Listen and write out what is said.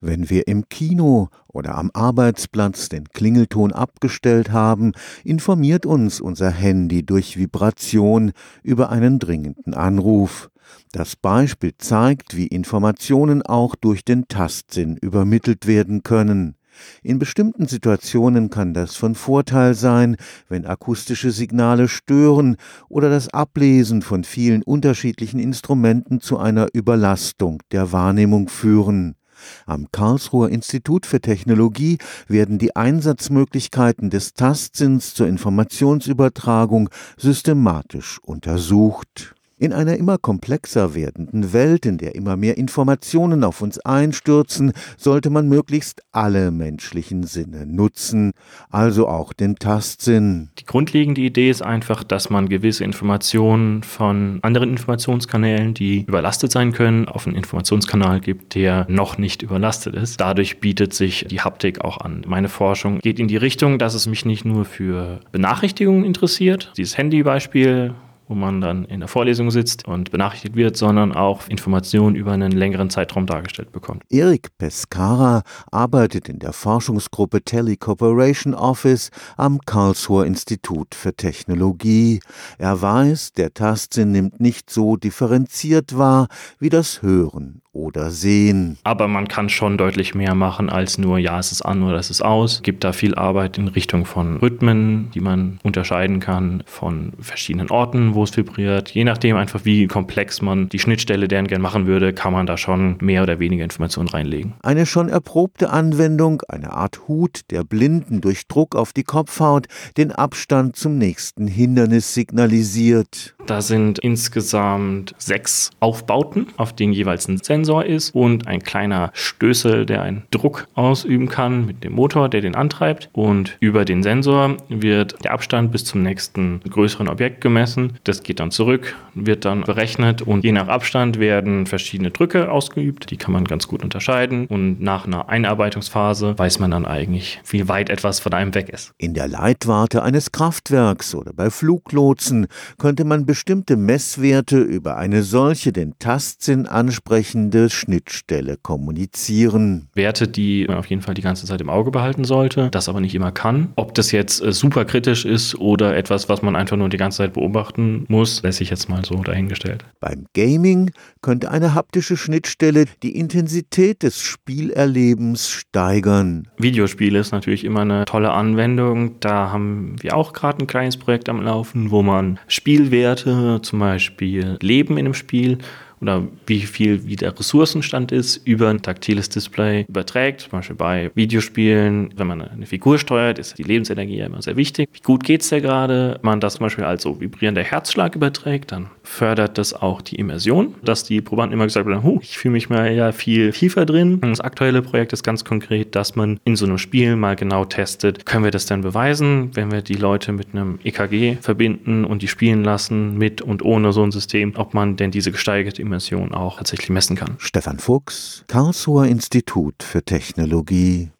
Wenn wir im Kino oder am Arbeitsplatz den Klingelton abgestellt haben, informiert uns unser Handy durch Vibration über einen dringenden Anruf. Das Beispiel zeigt, wie Informationen auch durch den Tastsinn übermittelt werden können. In bestimmten Situationen kann das von Vorteil sein, wenn akustische Signale stören oder das Ablesen von vielen unterschiedlichen Instrumenten zu einer Überlastung der Wahrnehmung führen. Am Karlsruher Institut für Technologie werden die Einsatzmöglichkeiten des Tastsinns zur Informationsübertragung systematisch untersucht. In einer immer komplexer werdenden Welt, in der immer mehr Informationen auf uns einstürzen, sollte man möglichst alle menschlichen Sinne nutzen, also auch den Tastsinn. Die grundlegende Idee ist einfach, dass man gewisse Informationen von anderen Informationskanälen, die überlastet sein können, auf einen Informationskanal gibt, der noch nicht überlastet ist. Dadurch bietet sich die Haptik auch an. Meine Forschung geht in die Richtung, dass es mich nicht nur für Benachrichtigungen interessiert, dieses Handybeispiel, wo man dann in der Vorlesung sitzt und benachrichtigt wird, sondern auch Informationen über einen längeren Zeitraum dargestellt bekommt. Erik Pescara arbeitet in der Forschungsgruppe Telecooperation Office am Karlsruher Institut für Technologie. Er weiß, der Tastsinn nimmt nicht so differenziert wahr wie das Hören oder Sehen. Aber man kann schon deutlich mehr machen als nur, ja, es ist an oder es ist aus. Es gibt da viel Arbeit in Richtung von Rhythmen, die man unterscheiden kann, von verschiedenen Orten, wo es vibriert. Je nachdem einfach, wie komplex man die Schnittstelle deren gern machen würde, kann man da schon mehr oder weniger Informationen reinlegen. Eine schon erprobte Anwendung, eine Art Hut, der Blinden durch Druck auf die Kopfhaut den Abstand zum nächsten Hindernis signalisiert. Da sind insgesamt 6 Aufbauten, auf denen jeweils ein Sensor ist und ein kleiner Stößel, der einen Druck ausüben kann mit dem Motor, der den antreibt. Und über den Sensor wird der Abstand bis zum nächsten größeren Objekt gemessen. Das geht dann zurück, wird dann berechnet und je nach Abstand werden verschiedene Drücke ausgeübt. Die kann man ganz gut unterscheiden und nach einer Einarbeitungsphase weiß man dann eigentlich, wie weit etwas von einem weg ist. In der Leitwarte eines Kraftwerks oder bei Fluglotsen könnte man bestimmte Messwerte über eine solche den Tastsinn ansprechende Schnittstelle kommunizieren. Werte, die man auf jeden Fall die ganze Zeit im Auge behalten sollte, das aber nicht immer kann. Ob das jetzt super kritisch ist oder etwas, was man einfach nur die ganze Zeit beobachten muss, lässt sich jetzt mal so dahingestellt. Beim Gaming könnte eine haptische Schnittstelle die Intensität des Spielerlebens steigern. Videospiele ist natürlich immer eine tolle Anwendung. Da haben wir auch gerade ein kleines Projekt am Laufen, wo man Spielwerte, zum Beispiel Leben in einem Spiel oder wie der Ressourcenstand ist, über ein taktiles Display überträgt. Zum Beispiel bei Videospielen, wenn man eine Figur steuert, ist die Lebensenergie ja immer sehr wichtig. Wie gut geht's dir gerade? Wenn man das zum Beispiel als so vibrierender Herzschlag überträgt, dann fördert das auch die Immersion, dass die Probanden immer gesagt haben, ich fühle mich mal ja viel tiefer drin. Das aktuelle Projekt ist ganz konkret, dass man in so einem Spiel mal genau testet, können wir das denn beweisen, wenn wir die Leute mit einem EKG verbinden und die spielen lassen, mit und ohne so ein System, ob man denn diese gesteigerte Immersion auch tatsächlich messen kann. Stefan Fuchs, Karlsruher Institut für Technologie.